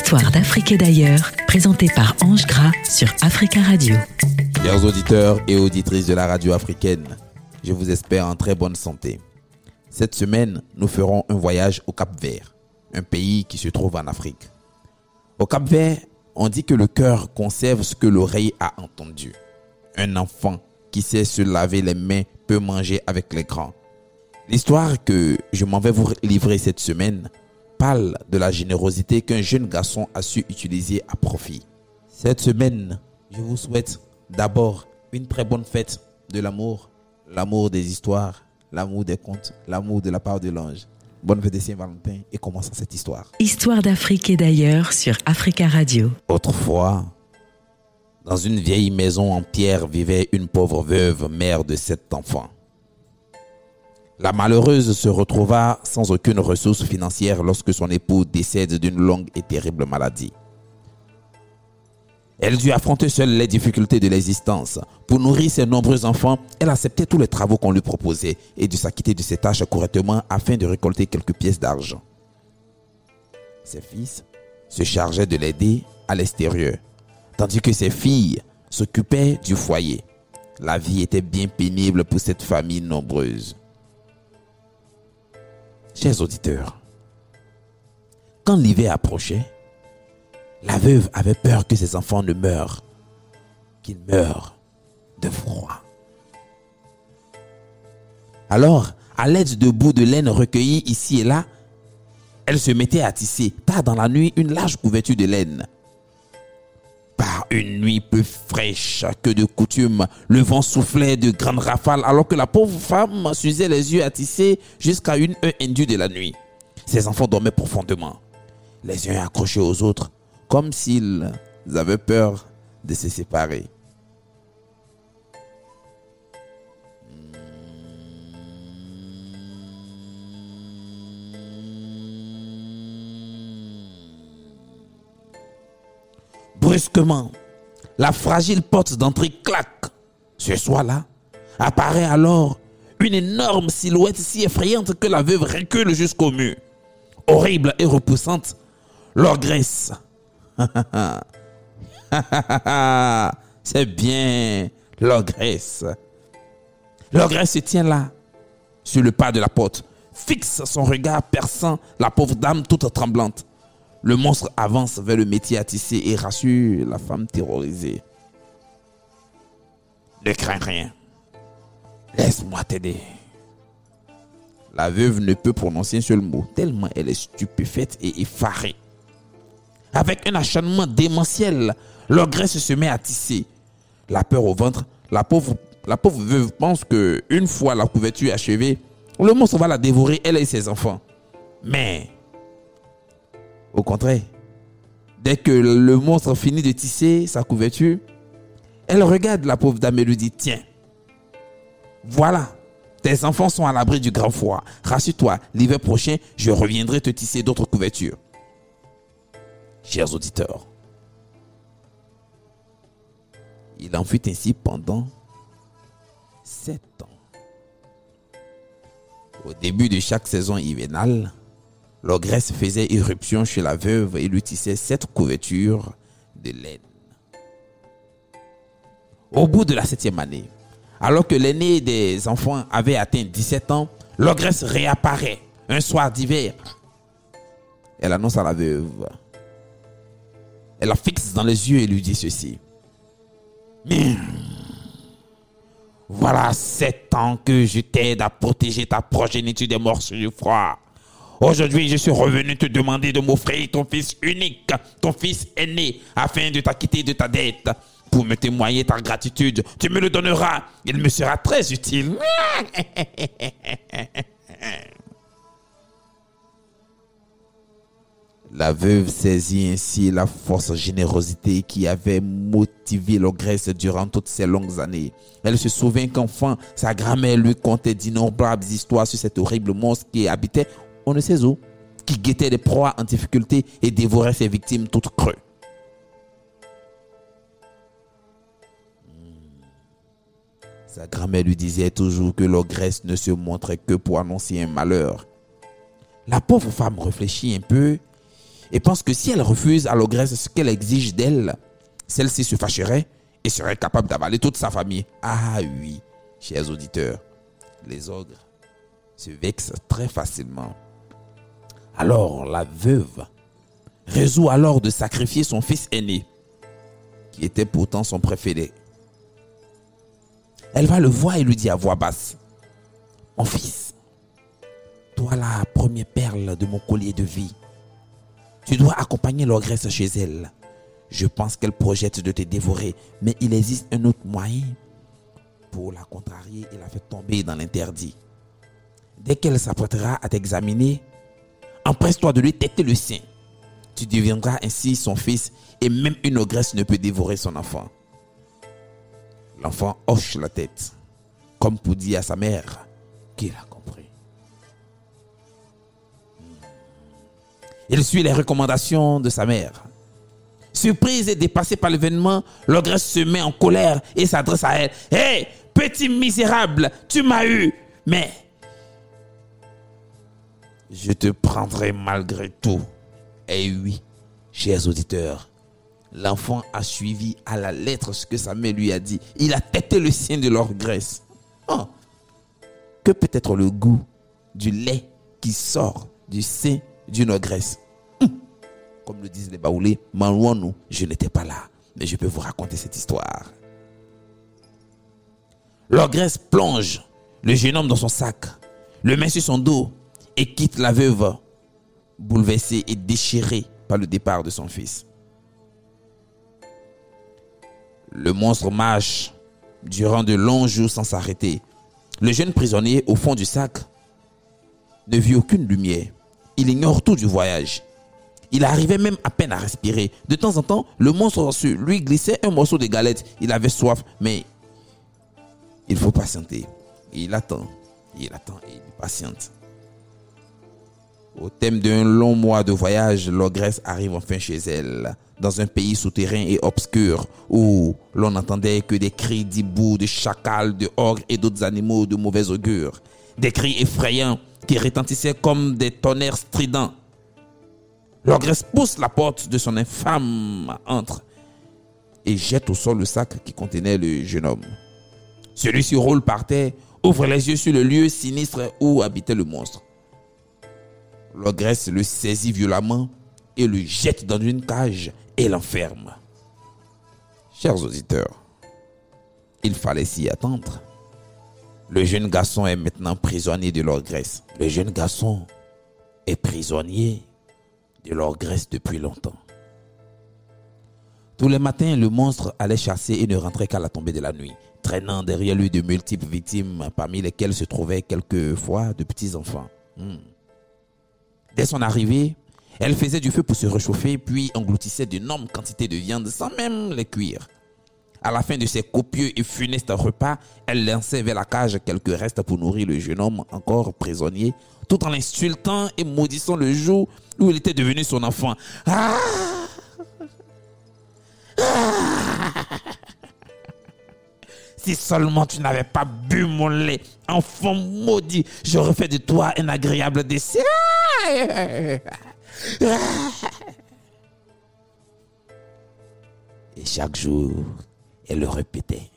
Histoire d'Afrique et d'ailleurs, présentée par Ange Gras sur Africa Radio. Chers auditeurs et auditrices de la radio africaine, je vous espère en très bonne santé. Cette semaine, nous ferons un voyage au Cap-Vert, un pays qui se trouve en Afrique. Au Cap-Vert, on dit que le cœur conserve ce que l'oreille a entendu. Un enfant qui sait se laver les mains peut manger avec les grands. L'histoire que je m'en vais vous livrer cette semaine parle de la générosité qu'un jeune garçon a su utiliser à profit. Cette semaine, je vous souhaite d'abord une très bonne fête de l'amour, l'amour des histoires, l'amour des contes, l'amour de la part de l'ange. Bonne fête de Saint-Valentin et commençons cette histoire. Histoire d'Afrique et d'ailleurs sur Africa Radio. Autrefois, dans une vieille maison en pierre vivait une pauvre veuve, mère de 7 enfants. La malheureuse se retrouva sans aucune ressource financière lorsque son époux décède d'une longue et terrible maladie. Elle dut affronter seule les difficultés de l'existence. Pour nourrir ses nombreux enfants, elle acceptait tous les travaux qu'on lui proposait et dut s'acquitter de ses tâches correctement afin de récolter quelques pièces d'argent. Ses fils se chargeaient de l'aider à l'extérieur, tandis que ses filles s'occupaient du foyer. La vie était bien pénible pour cette famille nombreuse. Chers auditeurs, quand l'hiver approchait, la veuve avait peur que ses enfants ne meurent, qu'ils meurent de froid. Alors, à l'aide de bouts de laine recueillis ici et là, elle se mettait à tisser, tard dans la nuit, une large couverture de laine. Par une nuit peu fraîche que de coutume, le vent soufflait de grandes rafales alors que la pauvre femme s'usait les yeux à tisser jusqu'à une heure indue de la nuit. Ses enfants dormaient profondément, les uns accrochés aux autres, comme s'ils avaient peur de se séparer. Brusquement, la fragile porte d'entrée claque. Ce soir-là, apparaît alors une énorme silhouette si effrayante que la veuve recule jusqu'au mur. Horrible et repoussante, l'ogresse. C'est bien l'ogresse. L'ogresse se tient là, sur le pas de la porte, fixe son regard perçant la pauvre dame toute tremblante. Le monstre avance vers le métier à tisser et rassure la femme terrorisée. Ne crains rien. Laisse-moi t'aider. La veuve ne peut prononcer un seul mot, tellement elle est stupéfaite et effarée. Avec un acharnement démentiel, l'ogresse se met à tisser. La peur au ventre, la pauvre veuve pense que une fois la couverture achevée, le monstre va la dévorer, elle et ses enfants. Mais au contraire, dès que le monstre finit de tisser sa couverture, elle regarde la pauvre dame et lui dit « Tiens, voilà, tes enfants sont à l'abri du grand froid. Rassure-toi, l'hiver prochain, je reviendrai te tisser d'autres couvertures. » Chers auditeurs, il en fut ainsi pendant 7 ans. Au début de chaque saison hivernale, l'ogresse faisait irruption chez la veuve et lui tissait 7 couvertures de laine. Au bout de la 7e année, alors que l'aîné des enfants avait atteint 17 ans, l'ogresse réapparaît un soir d'hiver. Elle annonce à la veuve. Elle la fixe dans les yeux et lui dit ceci. Voilà 7 ans que je t'aide à protéger ta progéniture des morsures du froid. Aujourd'hui, je suis revenu te demander de m'offrir ton fils unique, ton fils aîné, afin de t'acquitter de ta dette. Pour me témoigner ta gratitude, tu me le donneras. Il me sera très utile. La veuve saisit ainsi la force générosité qui avait motivé l'ogresse durant toutes ces longues années. Elle se souvint qu'enfant, sa grand-mère lui contait d'innombrables histoires sur cet horrible monstre qui habitait on ne sait où, qui guettait des proies en difficulté et dévorait ses victimes toutes creuses. Sa grand-mère lui disait toujours que l'ogresse ne se montrait que pour annoncer un malheur. La pauvre femme réfléchit un peu et pense que si elle refuse à l'ogresse ce qu'elle exige d'elle, celle-ci se fâcherait et serait capable d'avaler toute sa famille. Ah oui, chers auditeurs, les ogres se vexent très facilement. Alors la veuve résout alors de sacrifier son fils aîné, qui était pourtant son préféré. Elle va le voir et lui dit à voix basse: mon fils, toi la première perle de mon collier de vie, tu dois accompagner l'ogresse chez elle. Je pense qu'elle projette de te dévorer, mais il existe un autre moyen pour la contrarier et la faire tomber dans l'interdit. Dès qu'elle s'apprêtera à t'examiner, empresse-toi de lui têter le sein. Tu deviendras ainsi son fils et même une ogresse ne peut dévorer son enfant. L'enfant hoche la tête, comme pour dire à sa mère qu'il a compris. Il suit les recommandations de sa mère. Surprise et dépassée par l'événement, l'ogresse se met en colère et s'adresse à elle. « Hé, petit misérable, tu m'as eu, mais je te prendrai malgré tout. » Et oui, chers auditeurs, l'enfant a suivi à la lettre ce que sa mère lui a dit. Il a têté le sein de l'ogresse. Oh, que peut être le goût du lait qui sort du sein d'une ogresse? Comme le disent les Baoulés, Malouanou, je n'étais pas là, mais je peux vous raconter cette histoire. L'ogresse plonge le jeune homme dans son sac, le met sur son dos et quitte la veuve, bouleversée et déchirée par le départ de son fils. Le monstre marche durant de longs jours sans s'arrêter. Le jeune prisonnier, au fond du sac, ne vit aucune lumière. Il ignore tout du voyage. Il arrivait même à peine à respirer. De temps en temps, le monstre lui glissait un morceau de galette. Il avait soif, mais il faut patienter. Et il attend et il patiente. Au terme d'un long mois de voyage, l'ogresse arrive enfin chez elle, dans un pays souterrain et obscur, où l'on n'entendait que des cris d'hiboux, de chacals, de ogres et d'autres animaux de mauvais augure. Des cris effrayants qui retentissaient comme des tonnerres stridents. L'ogresse pousse la porte de son infâme antre et jette au sol le sac qui contenait le jeune homme. Celui-ci roule par terre, ouvre les yeux sur le lieu sinistre où habitait le monstre. L'ogresse le saisit violemment et le jette dans une cage et l'enferme. Chers auditeurs, il fallait s'y attendre. Le jeune garçon est maintenant prisonnier de l'ogresse. Le jeune garçon est prisonnier de l'ogresse depuis longtemps. Tous les matins, le monstre allait chasser et ne rentrait qu'à la tombée de la nuit, traînant derrière lui de multiples victimes, parmi lesquelles se trouvaient quelquefois de petits enfants. Dès son arrivée, elle faisait du feu pour se réchauffer, puis engloutissait d'énormes quantités de viande sans même les cuire. À la fin de ses copieux et funestes repas, elle lançait vers la cage quelques restes pour nourrir le jeune homme encore prisonnier, tout en l'insultant et maudissant le jour où il était devenu son enfant. Ah! Ah! Si seulement tu n'avais pas bu mon lait, enfant maudit, j'aurais fait de toi un agréable dessert. Et chaque jour, elle le répétait.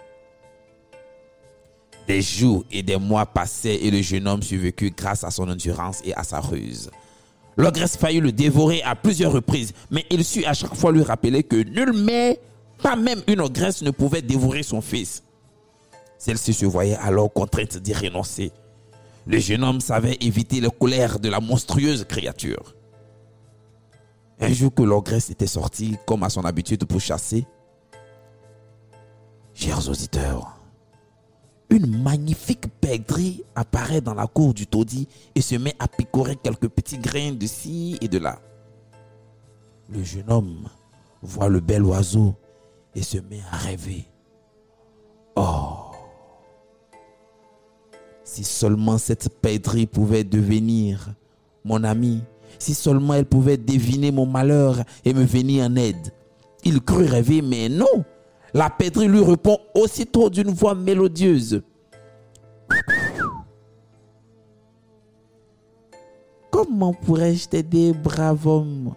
Des jours et des mois passaient et le jeune homme survécut grâce à son endurance et à sa ruse. L'ogresse faillit le dévorer à plusieurs reprises, mais il sut à chaque fois lui rappeler que nul mère, pas même une ogresse, ne pouvait dévorer son fils. Celle-ci se voyait alors contrainte d'y renoncer. Le jeune homme savait éviter la colère de la monstrueuse créature. Un jour que l'ogresse était sortie, comme à son habitude, pour chasser, chers auditeurs, une magnifique perdrix apparaît dans la cour du taudis et se met à picorer quelques petits grains de ci et de là. Le jeune homme voit le bel oiseau et se met à rêver. Oh! Si seulement cette perdrix pouvait devenir mon amie, si seulement elle pouvait deviner mon malheur et me venir en aide. Il crut rêver, mais non! La perdrix lui répond aussitôt d'une voix mélodieuse. Comme Comment pourrais-je t'aider, brave homme?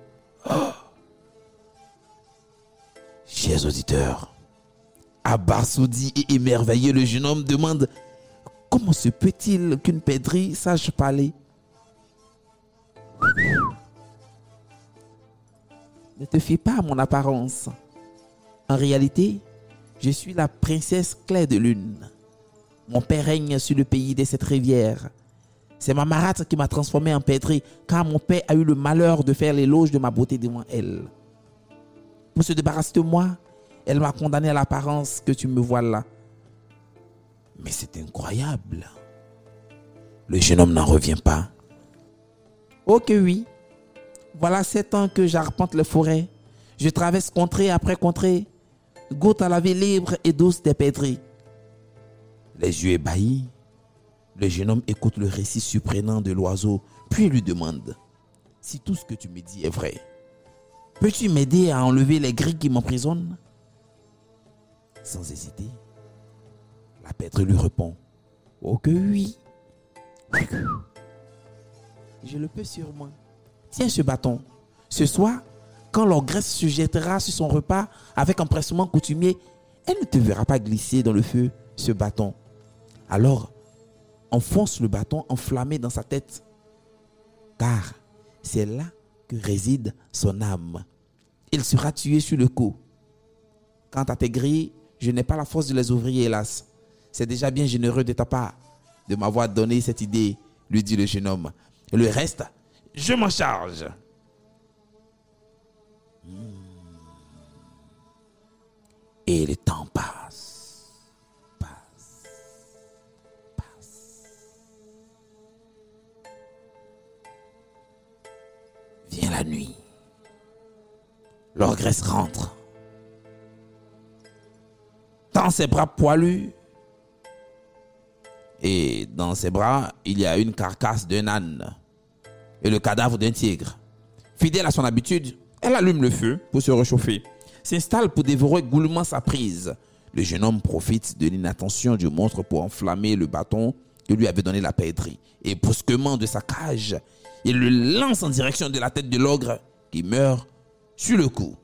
Chers auditeurs, abasourdi et émerveillé, le jeune homme demande: comment se peut-il qu'une perdrix sache parler? Ne te fie pas à mon apparence. En réalité, je suis la princesse Claire de Lune. Mon père règne sur le pays des 7 rivières. C'est ma marâtre qui m'a transformé en perdrix, car mon père a eu le malheur de faire l'éloge de ma beauté devant elle. Pour se débarrasser de moi, elle m'a condamné à l'apparence que tu me vois là. Mais c'est incroyable. Le jeune homme n'en revient pas. Oh que oui. Voilà 7 ans que j'arpente les forêts. Je traverse contrée après contrée, goûte à la vie libre et douce des perdrix. Les yeux ébahis, le jeune homme écoute le récit surprenant de l'oiseau, puis lui demande: si tout ce que tu me dis est vrai, peux-tu m'aider à enlever les grilles qui m'emprisonnent? Sans hésiter, la perdrix lui répond: oh que oui. Je le peux sûrement. Tiens ce bâton. Ce soir, quand l'ogresse se jettera sur son repas avec empressement coutumier, elle ne te verra pas glisser dans le feu ce bâton. Alors, enfonce le bâton enflammé dans sa tête, car c'est là que réside son âme. Il sera tué sur le coup. Quant à tes grilles, je n'ai pas la force de les ouvrir, hélas. C'est déjà bien généreux de ta part de m'avoir donné cette idée, lui dit le jeune homme. Le reste, je m'en charge. Et le temps passe. Vient la nuit. L'ogresse rentre. Dans ses bras poilus. Et dans ses bras, il y a une carcasse d'un âne et le cadavre d'un tigre. Fidèle à son habitude, elle allume le feu pour se réchauffer, s'installe pour dévorer goulûment sa prise. Le jeune homme profite de l'inattention du monstre pour enflammer le bâton que lui avait donné la perdrix. Et brusquement de sa cage, il le lance en direction de la tête de l'ogre qui meurt sur le coup.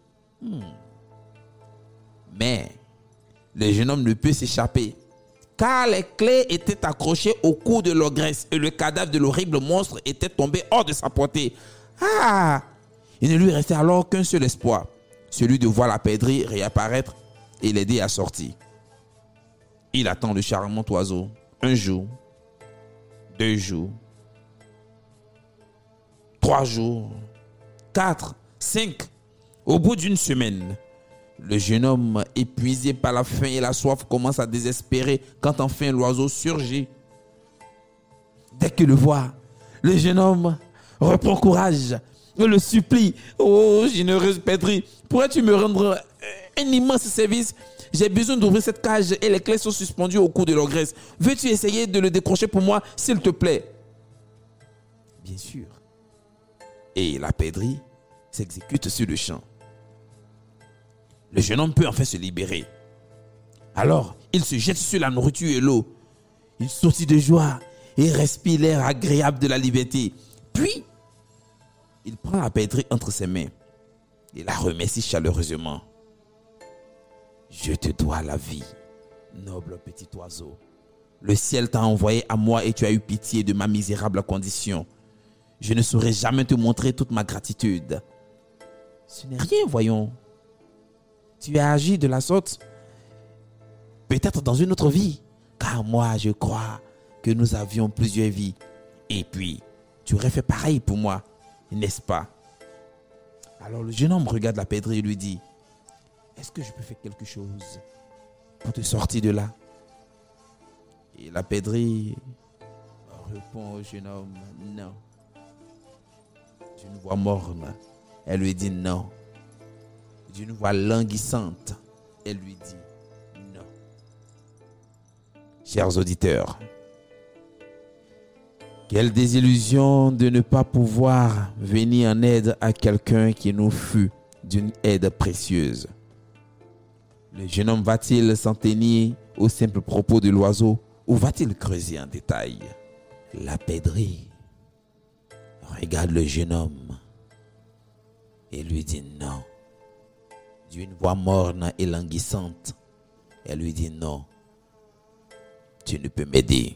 Mais le jeune homme ne peut s'échapper, car les clés étaient accrochées au cou de l'ogresse et le cadavre de l'horrible monstre était tombé hors de sa portée. Il ne lui restait alors qu'un seul espoir, celui de voir la perdrix réapparaître et l'aider à sortir. Il attend le charmant oiseau 1 jour, 2 jours, 3 jours, 4, 5. Au bout d'une semaine, le jeune homme, épuisé par la faim et la soif, commence à désespérer quand enfin l'oiseau surgit. Dès qu'il le voit, le jeune homme reprend courage et le supplie: oh, généreuse perdrix, pourrais-tu me rendre un immense service? J'ai besoin d'ouvrir cette cage et les clés sont suspendues au cou de l'ogresse. Veux-tu essayer de le décrocher pour moi, s'il te plaît? Bien sûr. Et la perdrix s'exécute sur le champ. Le jeune homme peut enfin se libérer. Alors, il se jette sur la nourriture et l'eau. Il sautille de joie et respire l'air agréable de la liberté. Puis, il prend la perdrix entre ses mains et la remercie chaleureusement. Je te dois la vie, noble petit oiseau. Le ciel t'a envoyé à moi et tu as eu pitié de ma misérable condition. Je ne saurais jamais te montrer toute ma gratitude. Ce n'est rien, voyons. Tu as agi de la sorte, peut-être dans une autre vie, car moi je crois que nous avions plusieurs vies. Et puis, tu aurais fait pareil pour moi, n'est-ce pas? Alors le jeune homme regarde la perdrix et lui dit: est-ce que je peux faire quelque chose pour te sortir de là? Et la perdrix répond au jeune homme: non. D'une voix morne, elle lui dit non. D'une voix languissante, elle lui dit non. Chers auditeurs, quelle désillusion de ne pas pouvoir venir en aide à quelqu'un qui nous fut d'une aide précieuse. Le jeune homme va-t-il s'en tenir aux simples propos de l'oiseau ou va-t-il creuser en détail? La perdrix regarde le jeune homme et lui dit non. D'une voix morne et languissante, elle lui dit non, tu ne peux m'aider.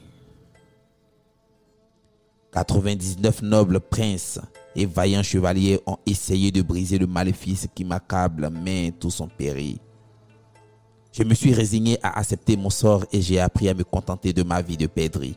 99 nobles princes et vaillants chevaliers ont essayé de briser le maléfice qui m'accable, mais tous ont péri. Je me suis résigné à accepter mon sort et j'ai appris à me contenter de ma vie de pèlerin.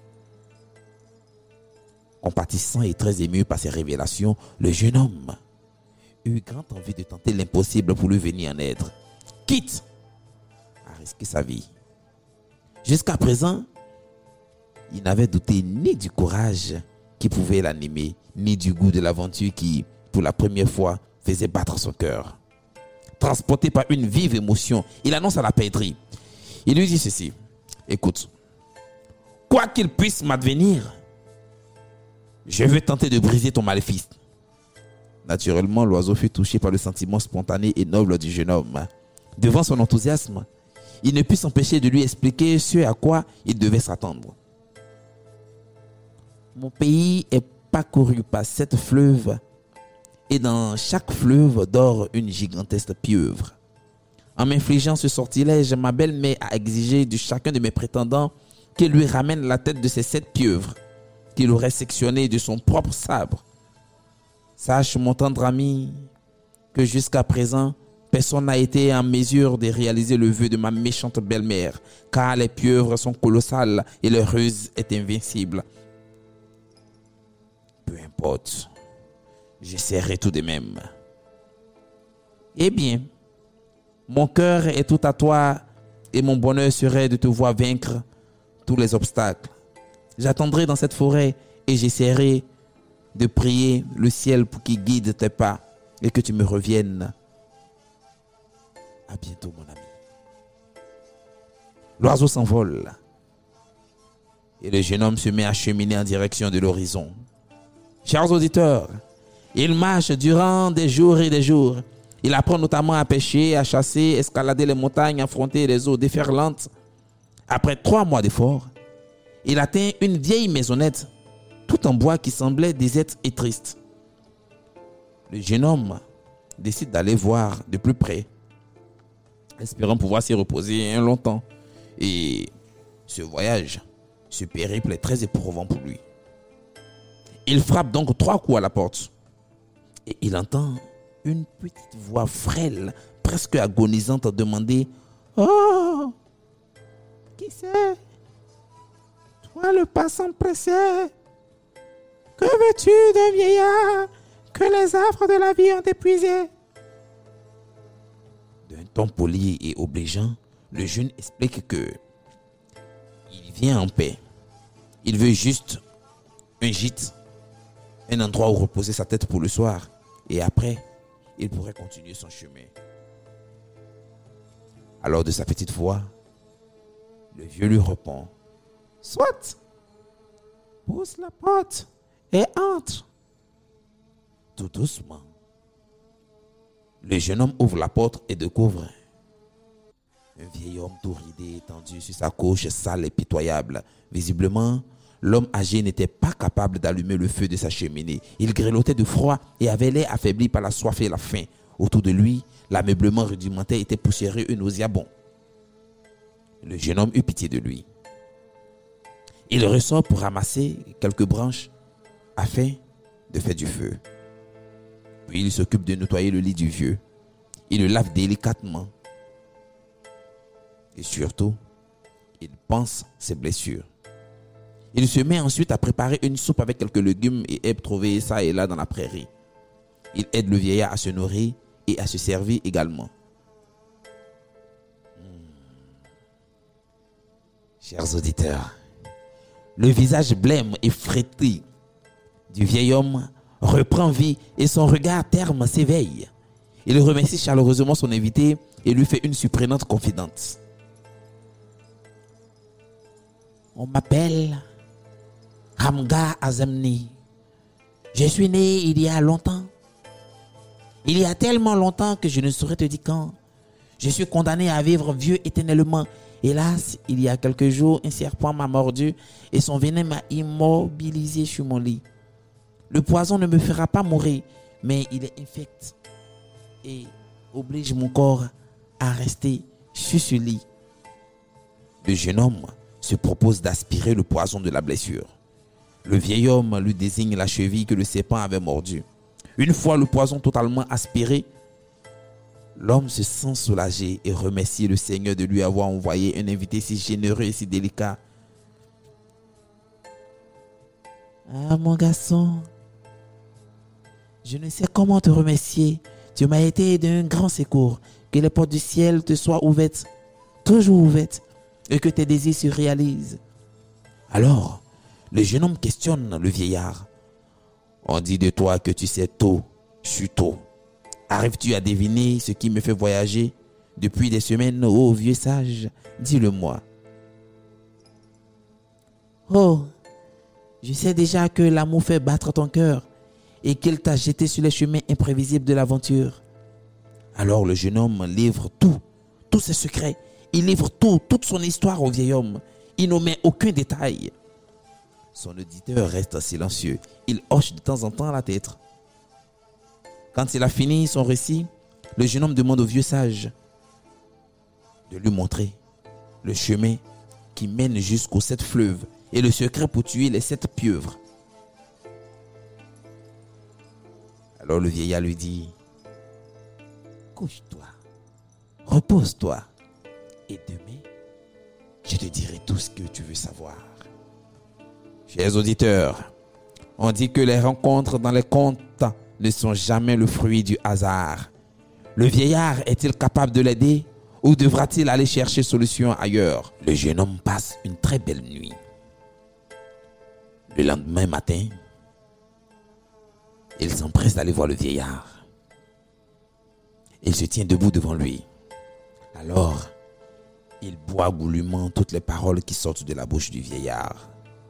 Compatissant et très ému par ces révélations, le jeune homme eut grande envie de tenter l'impossible pour lui venir en aide, quitte à risquer sa vie. Jusqu'à présent, il n'avait douté ni du courage qui pouvait l'animer, ni du goût de l'aventure qui, pour la première fois, faisait battre son cœur. Transporté par une vive émotion, il annonce à la pèlerie. Il lui dit ceci: écoute, quoi qu'il puisse m'advenir, je veux tenter de briser ton maléfice. Naturellement, l'oiseau fut touché par le sentiment spontané et noble du jeune homme. Devant son enthousiasme, il ne put s'empêcher de lui expliquer ce à quoi il devait s'attendre. Mon pays est parcouru par 7 fleuves et dans chaque fleuve dort une gigantesque pieuvre. En m'infligeant ce sortilège, ma belle-mère a exigé de chacun de mes prétendants qu'il lui ramène la tête de ces 7 pieuvres qu'il aurait sectionnées de son propre sabre. Sache, mon tendre ami, que jusqu'à présent, personne n'a été en mesure de réaliser le vœu de ma méchante belle-mère, car les pieuvres sont colossales et leur ruse est invincible. Peu importe, j'essaierai tout de même. Eh bien, mon cœur est tout à toi et mon bonheur serait de te voir vaincre tous les obstacles. J'attendrai dans cette forêt et j'essaierai de prier le ciel pour qu'il guide tes pas et que tu me reviennes. À bientôt, mon ami. L'oiseau s'envole et le jeune homme se met à cheminer en direction de l'horizon. Chers auditeurs, il marche durant des jours et des jours. Il apprend notamment à pêcher, à chasser, escalader les montagnes, affronter les eaux déferlantes. Après 3 mois d'efforts, il atteint une vieille maisonnette, tout en bois qui semblait déserte et triste. Le jeune homme décide d'aller voir de plus près, espérant pouvoir s'y reposer un long temps. Et ce voyage, ce périple est très éprouvant pour lui. Il frappe donc 3 coups à la porte et il entend une petite voix frêle, presque agonisante, demander: oh, qui c'est? Toi le passant pressé, que veux-tu d'un vieillard que les affres de la vie ont épuisé? D'un ton poli et obligeant, le jeune explique que il vient en paix. Il veut juste un gîte, un endroit où reposer sa tête pour le soir, et après, il pourrait continuer son chemin. Alors de sa petite voix, le vieux lui répond: soit, pousse la porte et entre. Tout doucement, le jeune homme ouvre la porte et découvre un vieil homme tout ridé étendu sur sa couche sale et pitoyable. Visiblement, l'homme âgé n'était pas capable d'allumer le feu de sa cheminée. Il grelottait de froid et avait l'air affaibli par la soif et la faim. Autour de lui, l'ameublement rudimentaire était poussiéreux et nauséabond. Le jeune homme eut pitié de lui. Il ressort pour ramasser quelques branches afin de faire du feu. Puis il s'occupe de nettoyer le lit du vieux. Il le lave délicatement. Et surtout, il panse ses blessures. Il se met ensuite à préparer une soupe avec quelques légumes et herbes trouvés ça et là dans la prairie. Il aide le vieillard à se nourrir et à se servir également. Chers auditeurs, le visage blême et frétri du vieil homme reprend vie et son regard terne s'éveille. Il remercie chaleureusement son invité et lui fait une surprenante confidence. On m'appelle Ramga Azemni. Je suis né il y a longtemps. Il y a tellement longtemps que je ne saurais te dire quand. Je suis condamné à vivre vieux éternellement. Hélas, il y a quelques jours, un serpent m'a mordu et son venin m'a immobilisé sur mon lit. Le poison ne me fera pas mourir, mais il est infect et oblige mon corps à rester sur ce lit. Le jeune homme se propose d'aspirer le poison de la blessure. Le vieil homme lui désigne la cheville que le serpent avait mordue. Une fois le poison totalement aspiré, l'homme se sent soulagé et remercie le Seigneur de lui avoir envoyé un invité si généreux et si délicat. Ah, mon garçon, je ne sais comment te remercier. Tu m'as été d'un grand secours. Que les portes du ciel te soient ouvertes, toujours ouvertes, et que tes désirs se réalisent. Alors, le jeune homme questionne le vieillard. On dit de toi que tu sais tôt, sur tôt. Arrives-tu à deviner ce qui me fait voyager depuis des semaines, ô vieux sage? Dis-le-moi. Oh, je sais déjà que l'amour fait battre ton cœur et qu'il t'a jeté sur les chemins imprévisibles de l'aventure. Alors le jeune homme livre tous ses secrets. Il livre toute son histoire au vieil homme. Il n'omet aucun détail. Son auditeur reste silencieux. Il hoche de temps en temps la tête. Quand il a fini son récit, le jeune homme demande au vieux sage de lui montrer le chemin qui mène jusqu'aux 7 fleuves et le secret pour tuer les 7 pieuvres. Alors le vieillard lui dit: couche-toi, repose-toi, et demain, je te dirai tout ce que tu veux savoir. Chers auditeurs, on dit que les rencontres dans les contes ne sont jamais le fruit du hasard. Le vieillard est-il capable de l'aider ou devra-t-il aller chercher solution ailleurs? Le jeune homme passe une très belle nuit. Le lendemain matin, il s'empresse d'aller voir le vieillard. Il se tient debout devant lui. Alors, il boit goulûment toutes les paroles qui sortent de la bouche du vieillard.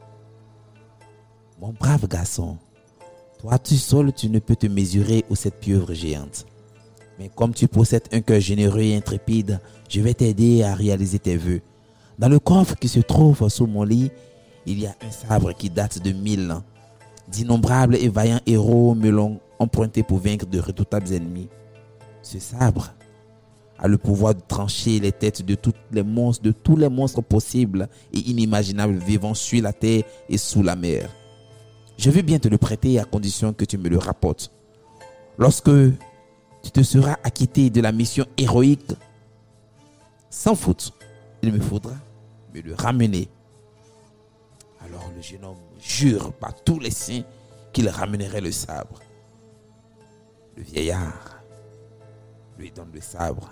Mon brave garçon, toi tout seul, tu ne peux te mesurer aux 7 pieuvres géantes. Mais comme tu possèdes un cœur généreux et intrépide, je vais t'aider à réaliser tes vœux. Dans le coffre qui se trouve sous mon lit, il y a un sabre qui date de 1000 ans. D'innombrables et vaillants héros me l'ont emprunté pour vaincre de redoutables ennemis. Ce sabre a le pouvoir de trancher les têtes de tous les monstres possibles et inimaginables vivant sur la terre et sous la mer. Je veux bien te le prêter à condition que tu me le rapportes. Lorsque tu te seras acquitté de la mission héroïque, sans faute, il me faudra me le ramener. Alors le jeune homme jure par tous les saints qu'il ramènerait le sabre. Le vieillard lui donne le sabre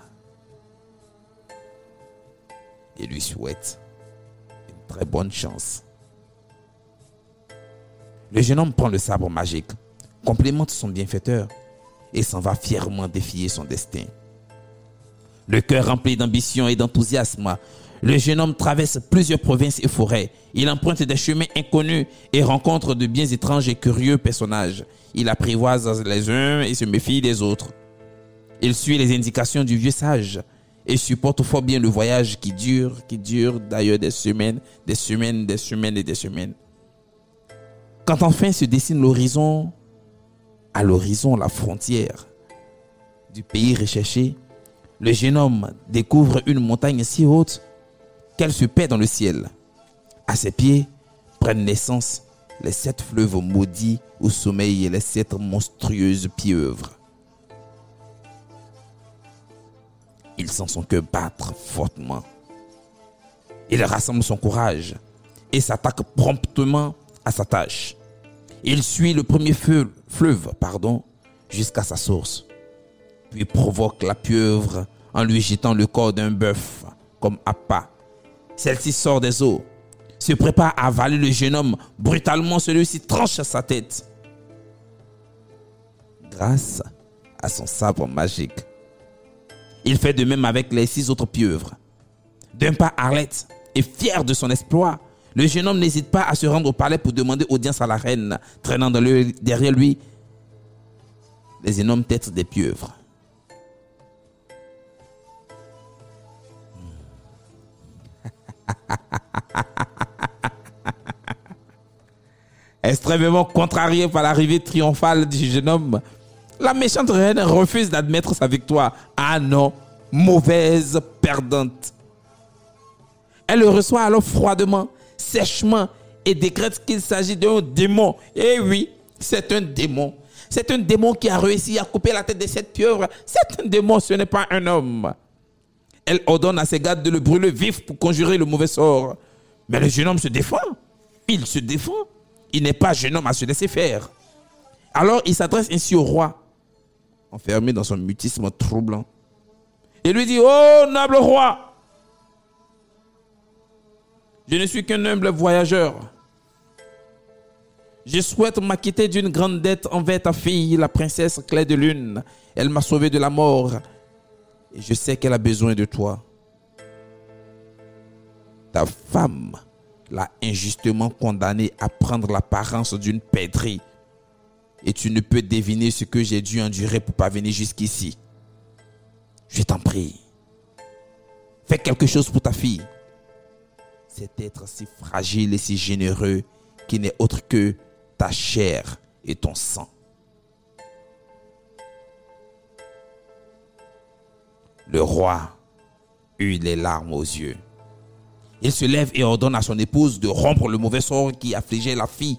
et lui souhaite une très bonne chance. Le jeune homme prend le sabre magique, complimente son bienfaiteur et s'en va fièrement défier son destin. Le cœur rempli d'ambition et d'enthousiasme, le jeune homme traverse plusieurs provinces et forêts. Il emprunte des chemins inconnus et rencontre de bien étranges et curieux personnages. Il apprivoise les uns et se méfie des autres. Il suit les indications du vieux sage et supporte fort bien le voyage qui dure d'ailleurs des semaines. Quand enfin se dessine l'horizon, à l'horizon la frontière du pays recherché, le jeune homme découvre une montagne si haute qu'elle se perd dans le ciel. À ses pieds prennent naissance les 7 fleuves maudits où sommeillent les 7 monstrueuses pieuvres. Il sent son cœur battre fortement. Il rassemble son courage et s'attaque promptement à sa tâche. Il suit le premier fleuve jusqu'à sa source, puis provoque la pieuvre en lui jetant le corps d'un bœuf comme appât. Celle-ci sort des eaux, se prépare à avaler le jeune homme. Brutalement, celui-ci tranche sa tête. Grâce à son sabre magique, il fait de même avec les 6 autres pieuvres. D'un pas Arlette et fier de son exploit, le jeune homme n'hésite pas à se rendre au palais pour demander audience à la reine, traînant derrière lui les énormes têtes des pieuvres. Extrêmement contrariée par l'arrivée triomphale du jeune homme, la méchante reine refuse d'admettre sa victoire. Ah non, mauvaise perdante. Elle le reçoit alors froidement, sèchement, et décrète qu'il s'agit d'un démon. Eh oui, c'est un démon. C'est un démon qui a réussi à couper la tête de cette pieuvre. C'est un démon, ce n'est pas un homme. Elle ordonne à ses gardes de le brûler vif pour conjurer le mauvais sort. Mais le jeune homme se défend. Il se défend. Il n'est pas jeune homme à se laisser faire. Alors il s'adresse ainsi au roi, enfermé dans son mutisme troublant. Et lui dit: oh noble roi, je ne suis qu'un humble voyageur. Je souhaite m'acquitter d'une grande dette envers ta fille, la princesse Claire de Lune. Elle m'a sauvé de la mort et je sais qu'elle a besoin de toi. Ta femme l'a injustement condamnée à prendre l'apparence d'une perdrix et tu ne peux deviner ce que j'ai dû endurer pour parvenir jusqu'ici. Je t'en prie, fais quelque chose pour ta fille. Cet être si fragile et si généreux qui n'est autre que ta chair et ton sang. Le roi eut les larmes aux yeux. Il se lève et ordonne à son épouse de rompre le mauvais sort qui affligeait la fille.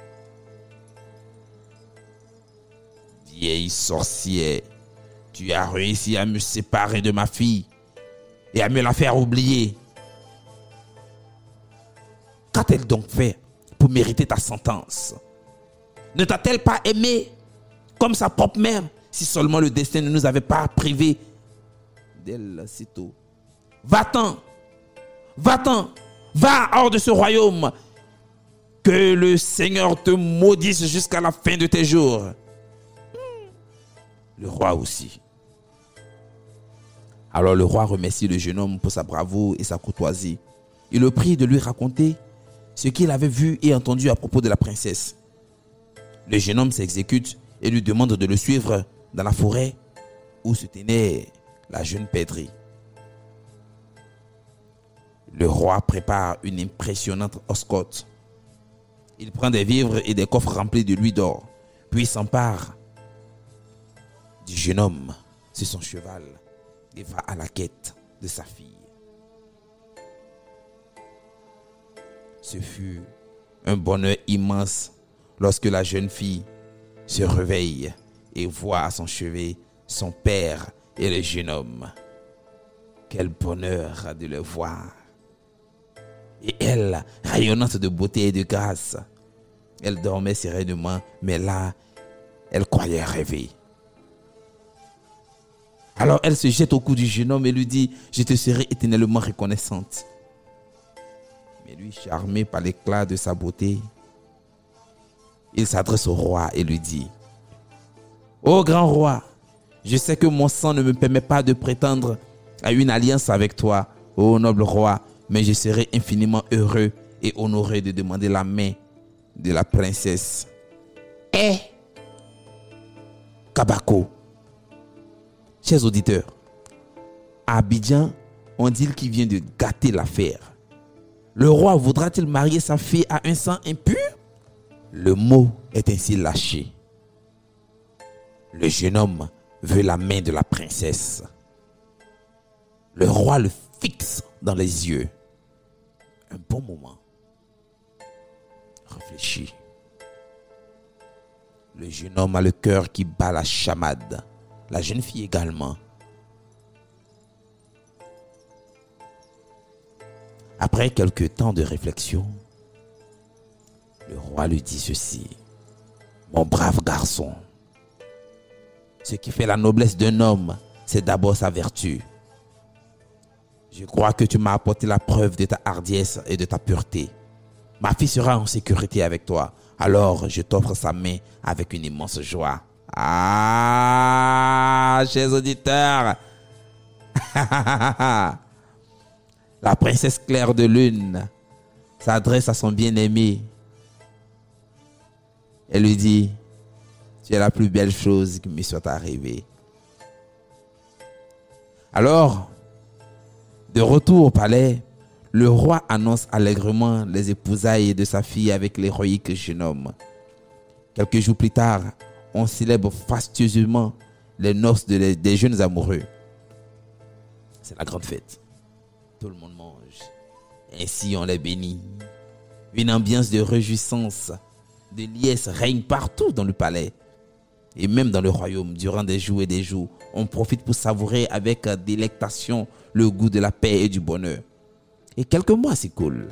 Vieille sorcière, tu as réussi à me séparer de ma fille et à me la faire oublier. Qu'a-t-elle donc fait pour mériter ta sentence? Ne t'a-t-elle pas aimé comme sa propre mère, si seulement le destin ne nous avait pas privés d'elle si tôt? Va-t'en, va-t'en, va hors de ce royaume. Que le Seigneur te maudisse jusqu'à la fin de tes jours. Le roi aussi. Alors le roi remercie le jeune homme pour sa bravoure et sa courtoisie. Il le prie de lui raconter ce qu'il avait vu et entendu à propos de la princesse. Le jeune homme s'exécute et lui demande de le suivre dans la forêt où se tenait la jeune perdrix. Le roi prépare une impressionnante oscote. Il prend des vivres et des coffres remplis de louis d'or, puis s'empare du jeune homme sur son cheval et va à la quête de sa fille. Ce fut un bonheur immense lorsque la jeune fille se réveille et voit à son chevet son père et le jeune homme. Quel bonheur de le voir. Et elle, rayonnante de beauté et de grâce, elle dormait sereinement, mais là, elle croyait rêver. Alors elle se jette au cou du jeune homme et lui dit: je te serai éternellement reconnaissante. Mais lui, charmé par l'éclat de sa beauté, il s'adresse au roi et lui dit: ô grand roi, je sais que mon sang ne me permet pas de prétendre à une alliance avec toi, ô noble roi, mais je serai infiniment heureux et honoré de demander la main de la princesse. Kabako. Chers auditeurs, à Abidjan, on dit qu'il vient de gâter l'affaire. Le roi voudra-t-il marier sa fille à un sang impur? Le mot est ainsi lâché. Le jeune homme veut la main de la princesse. Le roi le fixe dans les yeux. Un bon moment. Réfléchis. Le jeune homme a le cœur qui bat la chamade. La jeune fille également. Après quelques temps de réflexion, le roi lui dit ceci: mon brave garçon, ce qui fait la noblesse d'un homme, c'est d'abord sa vertu. Je crois que tu m'as apporté la preuve de ta hardiesse et de ta pureté. Ma fille sera en sécurité avec toi. Alors je t'offre sa main avec une immense joie. Ah, chers auditeurs, la princesse Claire de Lune s'adresse à son bien-aimé. Elle lui dit: tu es la plus belle chose qui me soit arrivée. Alors, de retour au palais, le roi annonce allègrement les épousailles de sa fille avec l'héroïque jeune homme. Quelques jours plus tard, on célèbre fastueusement les noces des jeunes amoureux. C'est la grande fête. Tout le monde mange. Ainsi on les bénit. Une ambiance de réjouissance, de liesse règne partout dans le palais. Et même dans le royaume, durant des jours et des jours, on profite pour savourer avec délectation le goût de la paix et du bonheur. Et quelques mois s'écoulent.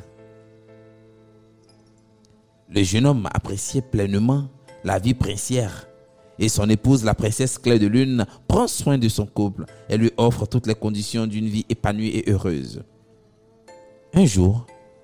Le jeune homme appréciait pleinement la vie princière. Et son épouse, la princesse Claire de Lune, prend soin de son couple et lui offre toutes les conditions d'une vie épanouie et heureuse. Un jour,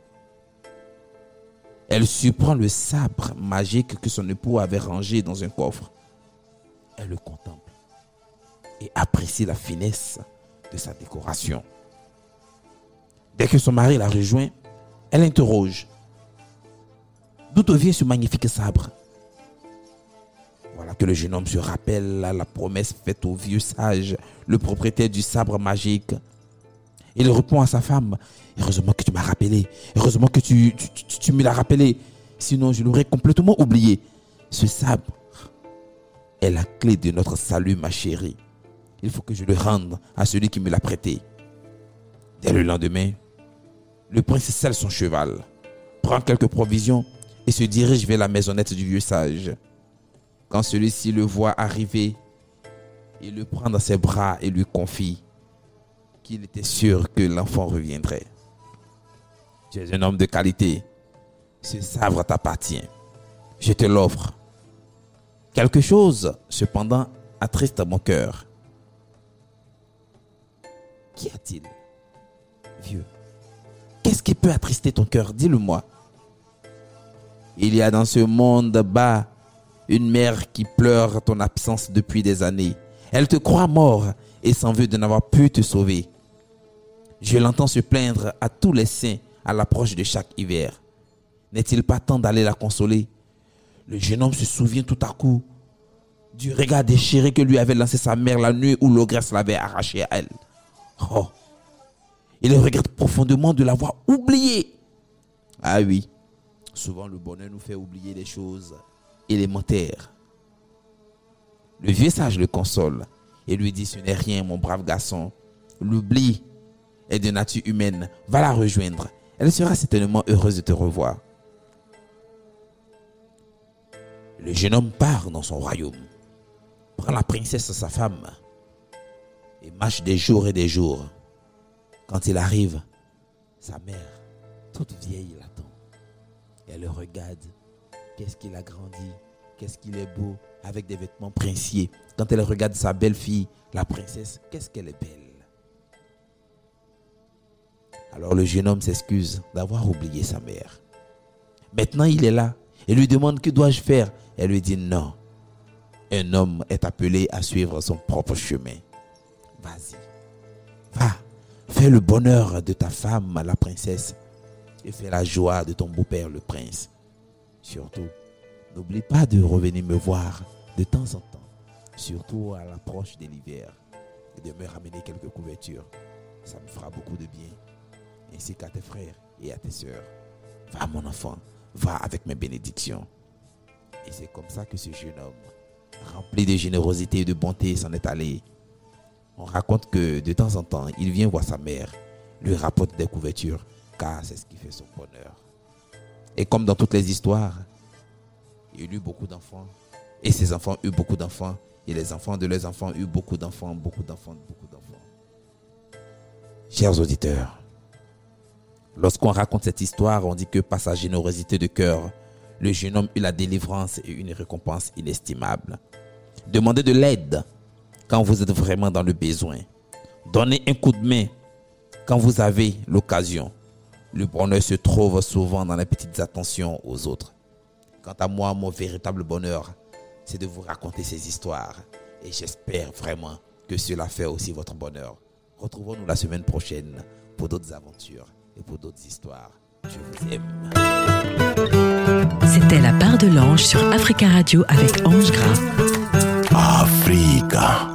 elle surprend le sabre magique que son époux avait rangé dans un coffre. Elle le contemple et apprécie la finesse de sa décoration. Dès que son mari la rejoint, elle interroge: d'où te vient ce magnifique sabre? Voilà que le jeune homme se rappelle la promesse faite au vieux sage, le propriétaire du sabre magique. Il répond à sa femme: heureusement que tu m'as rappelé, heureusement que tu me l'as rappelé, sinon je l'aurais complètement oublié. Ce sabre est la clé de notre salut, ma chérie. Il faut que je le rende à celui qui me l'a prêté. Dès le lendemain, le prince selle son cheval, prend quelques provisions et se dirige vers la maisonnette du vieux sage. Quand celui-ci le voit arriver, il le prend dans ses bras et lui confie qu'il était sûr que l'enfant reviendrait. Tu es un homme de qualité. Ce sabre t'appartient. Je te l'offre. Quelque chose, cependant, attriste mon cœur. Qu'y a-t-il, vieux? Qu'est-ce qui peut attrister ton cœur? Dis-le-moi. Il y a dans ce monde bas une mère qui pleure ton absence depuis des années. Elle te croit mort et s'en veut de n'avoir pu te sauver. Je l'entends se plaindre à tous les saints à l'approche de chaque hiver. N'est-il pas temps d'aller la consoler? Le jeune homme se souvient tout à coup du regard déchiré que lui avait lancé sa mère la nuit où l'ogresse l'avait arraché à elle. Oh, il regrette profondément de l'avoir oublié. Ah oui, souvent le bonheur nous fait oublier des choses élémentaires. Le vieux sage le console et lui dit: ce n'est rien, mon brave garçon. L'oubli est de nature humaine. Va la rejoindre. Elle sera certainement heureuse de te revoir. Le jeune homme part dans son royaume, prend la princesse, sa femme, et marche des jours et des jours. Quand il arrive, sa mère, toute vieille, l'attend. Elle le regarde. Qu'est-ce qu'il a grandi, qu'est-ce qu'il est beau, avec des vêtements princiers. Quand elle regarde sa belle-fille, la princesse, qu'est-ce qu'elle est belle. Alors le jeune homme s'excuse d'avoir oublié sa mère. Maintenant il est là et lui demande: que dois-je faire? Elle lui dit: non. Un homme est appelé à suivre son propre chemin. Vas-y, va, fais le bonheur de ta femme, la princesse, et fais la joie de ton beau-père, le prince. Surtout, n'oublie pas de revenir me voir de temps en temps, surtout à l'approche de l'hiver, et de me ramener quelques couvertures. Ça me fera beaucoup de bien, ainsi qu'à tes frères et à tes sœurs. Va, mon enfant, va avec mes bénédictions. Et c'est comme ça que ce jeune homme, rempli de générosité et de bonté, s'en est allé. On raconte que de temps en temps, il vient voir sa mère, lui rapporte des couvertures, car c'est ce qui fait son bonheur. Et comme dans toutes les histoires, il eut beaucoup d'enfants, et ses enfants eurent beaucoup d'enfants, et les enfants de leurs enfants eurent beaucoup d'enfants, beaucoup d'enfants, beaucoup d'enfants. Chers auditeurs, lorsqu'on raconte cette histoire, on dit que par sa générosité de cœur, le jeune homme eut la délivrance et une récompense inestimable. Demandez de l'aide quand vous êtes vraiment dans le besoin. Donnez un coup de main quand vous avez l'occasion. Le bonheur se trouve souvent dans les petites attentions aux autres. Quant à moi, mon véritable bonheur, c'est de vous raconter ces histoires. Et j'espère vraiment que cela fait aussi votre bonheur. Retrouvons-nous la semaine prochaine pour d'autres aventures et pour d'autres histoires. Je vous aime. C'était La Part de l'Ange sur Africa Radio avec Ange Gras. Africa.